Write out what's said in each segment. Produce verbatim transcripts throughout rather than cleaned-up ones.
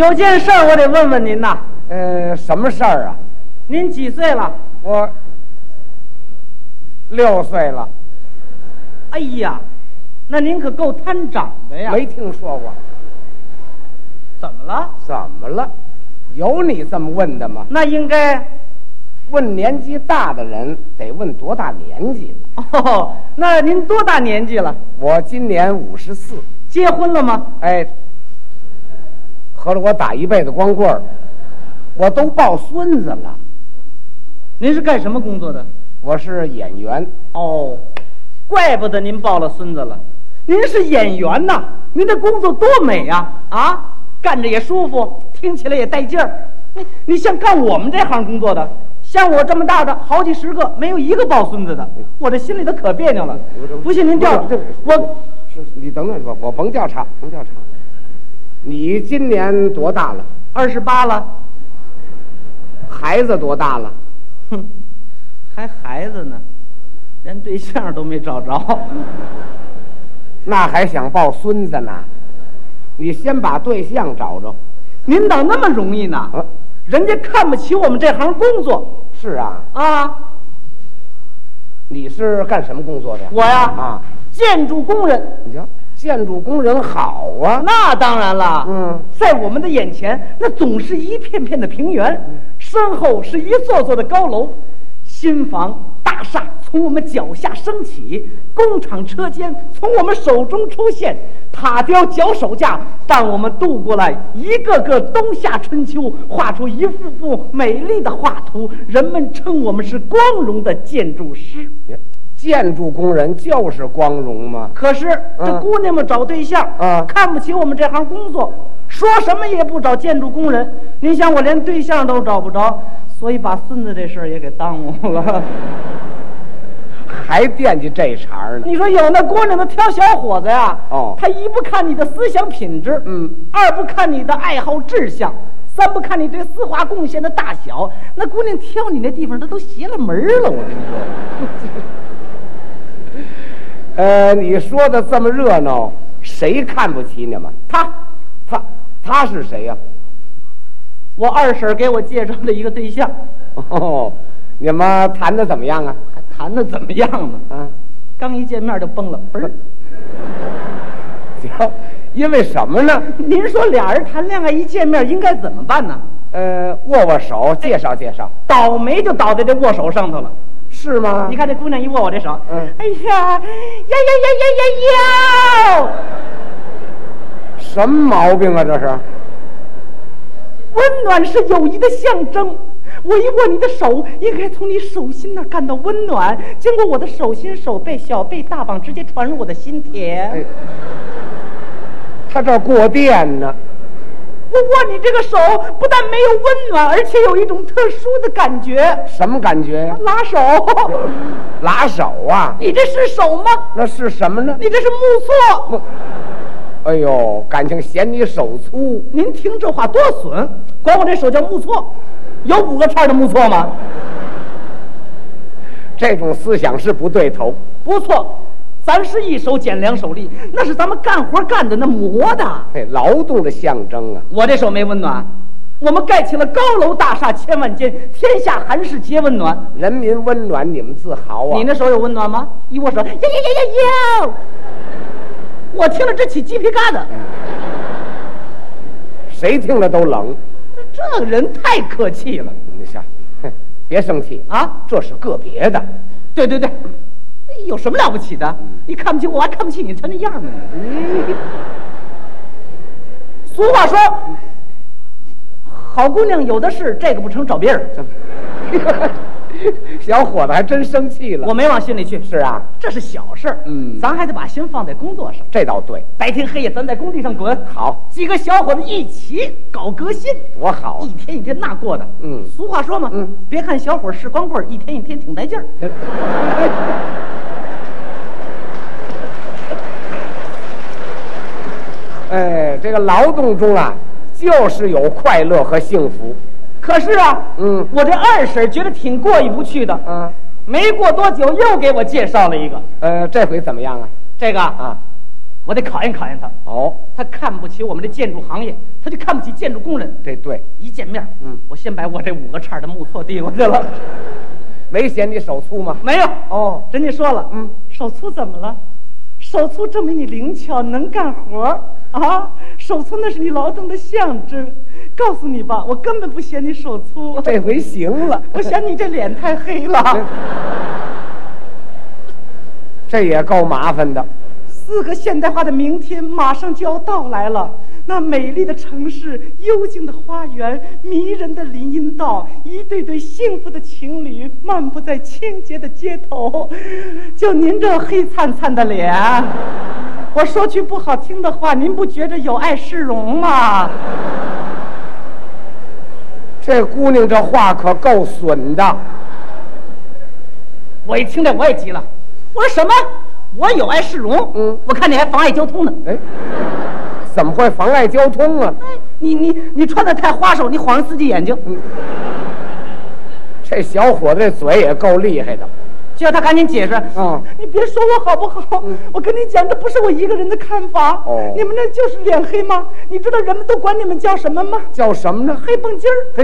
有件事儿我得问问您呐。 呃，什么事儿啊？ 您几岁了？ 我六岁了。 哎呀，那您可够贪长的呀！ 没听说过。 怎么了？ 怎么了？有你这么问的吗？ 那应该问年纪大的人，得问多大年纪了。 哦。那您多大年纪了？ 我今年五十四。 结婚了吗？ 哎，合着我打一辈子光棍儿，我都抱孙子了。 您是干什么工作的？ 我是演员。 哦，怪不得您抱了孙子了。您是演员呐，您这工作多美呀！啊，干着也舒服，听起来也带劲儿。你你像干我们这行工作的，像我这么大的好几十个，没有一个抱孙子的，我这心里头可别扭了。不信您调查我。 是你等等吧，我甭调查，甭调查。你今年多大了？ 二十八了。 孩子多大了？ 哼，还孩子呢，连对象都没找着。 那还想抱孙子呢？你先把对象找着。 您哪那么容易呢？啊，人家看不起我们这行工作。 是啊。啊。你是干什么工作的呀？ 我呀， 啊， 建筑工人。 你瞧，建筑工人好啊。 那当然了。嗯，在我们的眼前，那总是一片片的平原，嗯，身后是一座座的高楼，新房大厦从我们脚下升起，工厂车间从我们手中出现，塔雕脚手架伴我们度过了一个个冬夏春秋，画出一幅幅美丽的画图。人们称我们是光荣的建筑师。 建筑工人就是光荣吗？ 可是这姑娘们找对象，嗯，看不起我们这行工作，说什么也不找建筑工人。您想，我连对象都找不着，所以把孙子这事儿也给耽误了。 还惦记这茬呢？ 你说有那姑娘，她挑小伙子呀， 哦， 她一不看你的思想品质， 嗯，二不看你的爱好志向，三不看你对丝滑贡献的大小，那姑娘挑你那地方，她都邪了门了。我跟你说。 呃，你说的这么热闹，谁看不起你们？ 他， 他，他是谁呀？ 我二婶给我介绍的一个对象。 哦，你们谈的怎么样啊？ 还谈的怎么样呢？啊，刚一见面就崩了，嘣儿。 行，因为什么呢？ 您说俩人谈恋爱一见面应该怎么办呢？ 呃，握握手，介绍介绍。 倒霉就倒在这握手上头了。 是吗？ 你看这姑娘一握我这手， 嗯， 哎呀呀呀呀呀呀！ 什么毛病啊？这是。 温暖是友谊的象征，我一握你的手，应该从你手心那儿感到温暖，经过我的手心、手背、小臂、大膀，直接传入我的心田。哎， 他这儿过电呢。 我握你这个手，不但没有温暖，而且有一种特殊的感觉。 什么感觉呀？ 拉手。 拉手啊？ 你这是手吗？ 那是什么呢？ 你这是木错。 哎呦，感情嫌你手粗。 您听这话多损，管我这手叫木错，有五个叉的木错吗？ 这种思想是不对头。 不错。咱是一手捡两手力，那是咱们干活干的那磨的， 哎，劳动的象征啊！ 我这手没温暖，我们盖起了高楼大厦千万间，天下寒士皆温暖， 人民温暖，你们自豪啊！ 你那手有温暖吗？一握手，呀呀呀呀呀！我听了直起鸡皮疙瘩， 谁听了都冷。 这个人太客气了， 你想，别生气啊， 这是个别的。 对对对。有什么了不起的？你看不起我，还看不起你，才那样呢。嗯、俗话说，好姑娘有的是，这个不成找别人。 小伙子还真生气了。 我没往心里去。 是啊， 这是小事儿。嗯，咱还得把心放在工作上。 这倒对， 白天黑夜咱在工地上滚。 好， 几个小伙子一起搞革新， 多好、啊！ 一天一天那过的。嗯，俗话说嘛，嗯，别看小伙是光棍，一天一天挺带劲儿。 哎，这个劳动中啊，就是有快乐和幸福。 可是啊， 嗯， 我这二婶觉得挺过意不去的。嗯，没过多久又给我介绍了一个。 呃，这回怎么样啊？ 这个啊， 我得考验考验他。 哦， 他看不起我们的建筑行业，他就看不起建筑工人。 这对， 一见面， 嗯， 我先把我这五个叉的木头递过去了。 没嫌你手粗吗？ 没有。 哦， 人家说了， 嗯， 手粗怎么了？手粗证明你灵巧能干活啊！手粗那是你劳动的象征。告诉你吧，我根本不嫌你手粗， 这回行了。 我嫌你这脸太黑了。 这也够麻烦的。 四个现代化的明天马上就要到来了。那美丽的城市，幽静的花园，迷人的林荫道，一对对幸福的情侣漫步在清洁的街头。就您这黑灿灿的脸，我说句不好听的话，您不觉着有碍市容吗？ 这姑娘这话可够损的。 我一听这我也急了，我说什么？我有碍市容？ 嗯， 我看你还妨碍交通呢。 哎，怎么会妨碍交通啊？ 你你你穿的太花哨，你晃人司机眼睛。 嗯，这小伙子这嘴也够厉害的。 就要他赶紧解释。 嗯， 你别说我好不好？嗯，我跟你讲，这不是我一个人的看法。 哦， 你们那就是脸黑吗？你知道人们都管你们叫什么吗？ 叫什么呢？ 黑蹦筋儿。 嘿，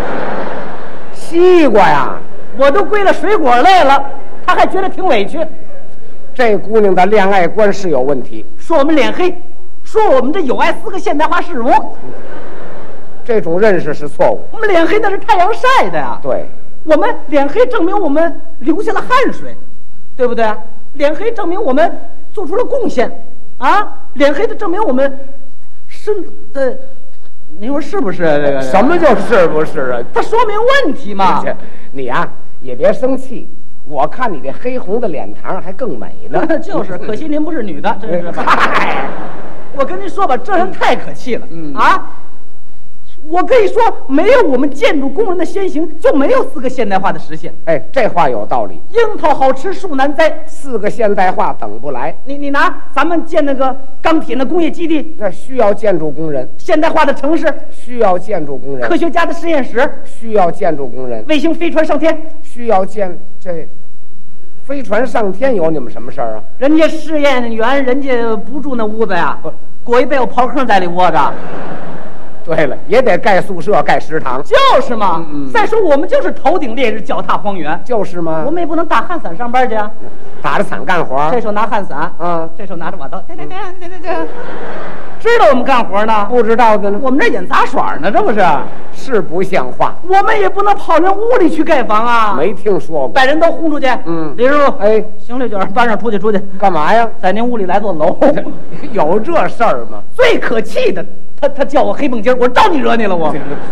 西瓜呀！ 我都归了水果类了，他还觉得挺委屈。 这姑娘的恋爱观是有问题， 说我们脸黑，说我们这有碍四个现代化市容， 这种认识是错误。 我们脸黑那是太阳晒的呀。 对， 我们脸黑证明我们流下了汗水，对不对？脸黑证明我们做出了贡献啊！脸黑的证明我们身的，你说是不是？这个什么就是不是啊？ 它说明问题嘛。 你呀、啊、也别生气。我看你这黑红的脸膛还更美呢。 就是，可惜您不是女的，真是。嗨，我跟您说吧，这人太可气了。嗯啊，我可以说，没有我们建筑工人的先行，就没有四个现代化的实现。 哎，这话有道理。 樱桃好吃树难栽， 四个现代化等不来。 你你拿咱们建那个钢铁那工业基地， 那需要建筑工人； 现代化的城市需要建筑工人； 科学家的实验室需要建筑工人； 卫星飞船上天需要建这。飞船上天有你们什么事儿啊？ 人家试验员人家不住那屋子呀，裹一被我刨坑在里窝着。 对了，也得盖宿舍盖食堂。 就是嘛。 嗯嗯再说我们就是头顶烈日脚踏荒原。 就是嘛。 我们也不能打汗伞上班去啊。 打着伞干活， 这手拿汗伞， 嗯， 这手拿着瓦刀，对对对对对对。知道我们干活呢？ 不知道的呢。 我们这演杂耍呢，这不是？ 是不像话。 我们也不能跑人屋里去盖房啊。 没听说过。 把人都轰出去。 嗯， 李师傅， 哎， 行李卷搬上，出去出去。 干嘛呀？ 在您屋里来座楼。 有这事儿吗？ 最可气的，他他叫我黑蹦筋儿，我招你惹你了我？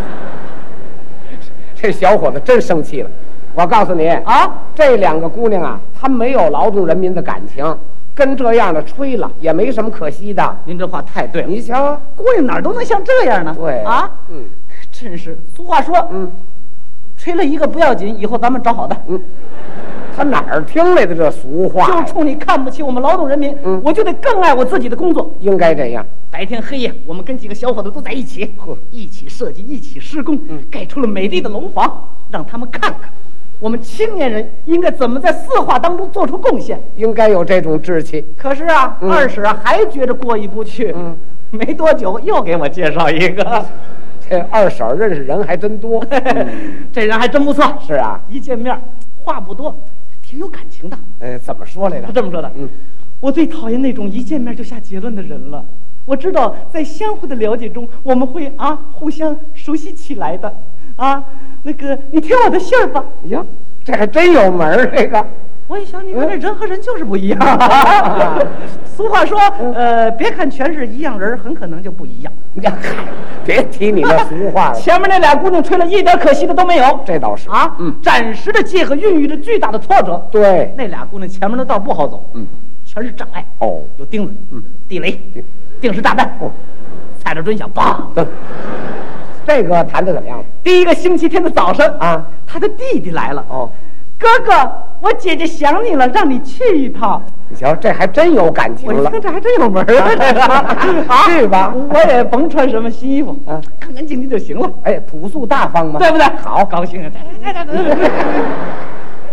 这小伙子真生气了。我告诉你啊， 这两个姑娘啊，她没有劳动人民的感情，跟这样的吹了也没什么可惜的。 您这话太对了。 你瞧， 姑娘哪儿都能像这样呢？ 对啊， 嗯， 真是。俗话说， 嗯， 吹了一个不要紧，以后咱们找好的。 嗯，他哪儿听来的这俗话？ 就冲你看不起我们劳动人民， 嗯， 我就得更爱我自己的工作。 应该这样。 白天黑夜，我们跟几个小伙子都在一起， 呵， 一起设计，一起施工， 嗯， 盖出了美丽的楼房，让他们看看。我们青年人应该怎么在四化当中做出贡献？ 应该有这种志气。 可是啊， 嗯、 二婶还觉着过意不去。 嗯， 没多久又给我介绍一个。 这二婶认识人还真多。嗯、 这人还真不错。 是啊， 一见面话不多，挺有感情的。 呃，怎么说来着？ 他这么说的。 嗯， 我最讨厌那种一见面就下结论的人了。我知道在相互的了解中，我们会啊互相熟悉起来的。啊，那个，你听我的信儿吧。 呀，这还真有门儿。这个， 我一想，你看这人和人就是不一样。嗯、俗话说，呃，别看全是一样人，很可能就不一样。 呀，别提你那俗话了。 前面那俩姑娘吹了一点可惜的都没有。 这倒是啊，嗯，暂时的借和孕育着巨大的挫折。 对， 那俩姑娘前面的道不好走， 嗯， 全是障碍。 哦， 有钉子，嗯，地雷，定时炸弹，哦，踩着准响，梆。 这个谈的怎么样？ 第一个星期天的早晨啊， 他的弟弟来了。 哦， 哥哥，我姐姐想你了，让你去一趟。 你瞧，这还真有感情了。 我一听这还真有门啊，这个啊， 去吧。 我也甭穿什么新衣服，啊，干干净净就行了。 哎，朴素大方嘛， 对不对？ 好， 高兴啊！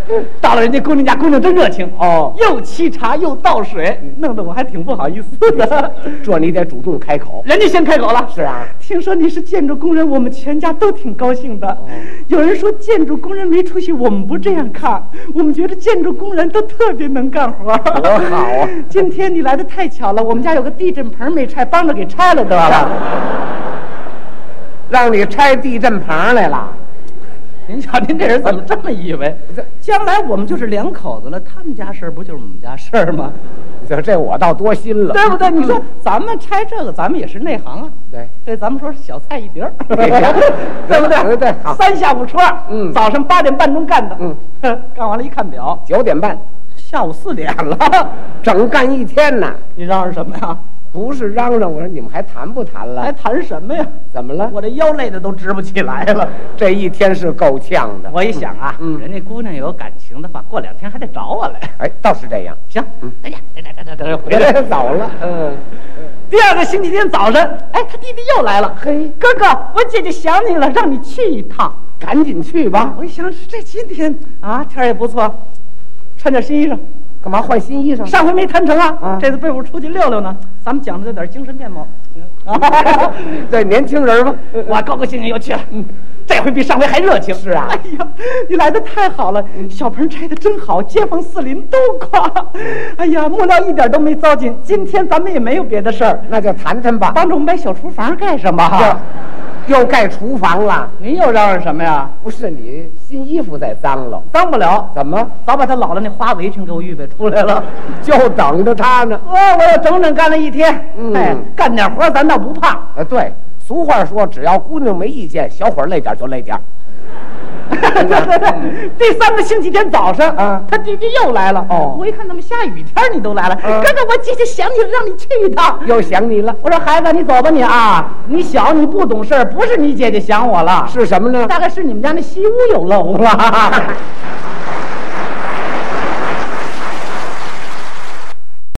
到了人家姑娘家，姑娘真热情哦又沏茶又倒水，弄得我还挺不好意思的。 这你得主动开口。 人家先开口了， 是啊， 听说你是建筑工人，我们全家都挺高兴的。 哦有人说建筑工人没出息，我们不这样看，我们觉得建筑工人都特别能干活。 多好啊！ 今天你来的太巧了，我们家有个地震棚没拆，帮着给拆了得了。 让你拆地震棚来了。 您瞧，您这人怎么这么以为？将来我们就是两口子了，他们家事儿不就是我们家事儿吗？ 这这我倒多心了， 对不对？你说咱们拆这个，咱们也是内行啊。 对， 对，咱们说是小菜一碟儿， 对对不对？ 对对好三下五除二， 嗯早上八点半钟干的， 嗯， 干完了，一看表， 九点半， 下午四点了。 整干一天呢。 你嚷嚷什么呀？ 不是嚷嚷，我说你们还谈不谈了？ 还谈什么呀？ 怎么了？ 我这腰累的都直不起来了。 这一天是够呛的。 我一想啊， 嗯人家姑娘有感情的话，过两天还得找我来。 哎，倒是这样。 行， 嗯哎呀，这这这这这回来。 走了。嗯， 第二个星期天早晨，哎，他弟弟又来了。 嘿， 哥哥，我姐姐想你了，让你去一趟。 赶紧去吧。 我一想，这今天啊，天儿也不错，穿点新衣裳。 干嘛换新衣裳？ 上回没谈成啊， 啊这次被我出去溜溜呢。咱们讲究点精神面貌。啊， 这年轻人吧， 我高高兴兴又去了。嗯，这回比上回还热情。 是啊哎呀，你来的太好了，小棚拆的真好，街坊四邻都夸。哎呀，木料一点都没糟践。今天咱们也没有别的事儿， 那就谈谈吧。 帮着我们把小厨房盖上吧。 又又盖厨房了？ 您又嚷嚷什么呀？ 不是你新衣服再脏了？ 脏不了， 怎么？ 早把他姥姥那花围裙给我预备出来了。 就等着他呢。 哦，我要整整干了一天。 嗯哎，干点活咱倒不怕。 啊，对，俗话说，只要姑娘没意见，小伙儿累点就累点。 对对对，第三个星期天早上， 啊他弟弟又来了。 哦我一看怎么下雨天你都来了， 嗯哥哥，我姐姐想你了，让你去一趟。 又想你了？ 我说孩子，你走吧你啊，你小你不懂事儿，不是你姐姐想我了， 是什么呢？ 大概是你们家那西屋有漏了。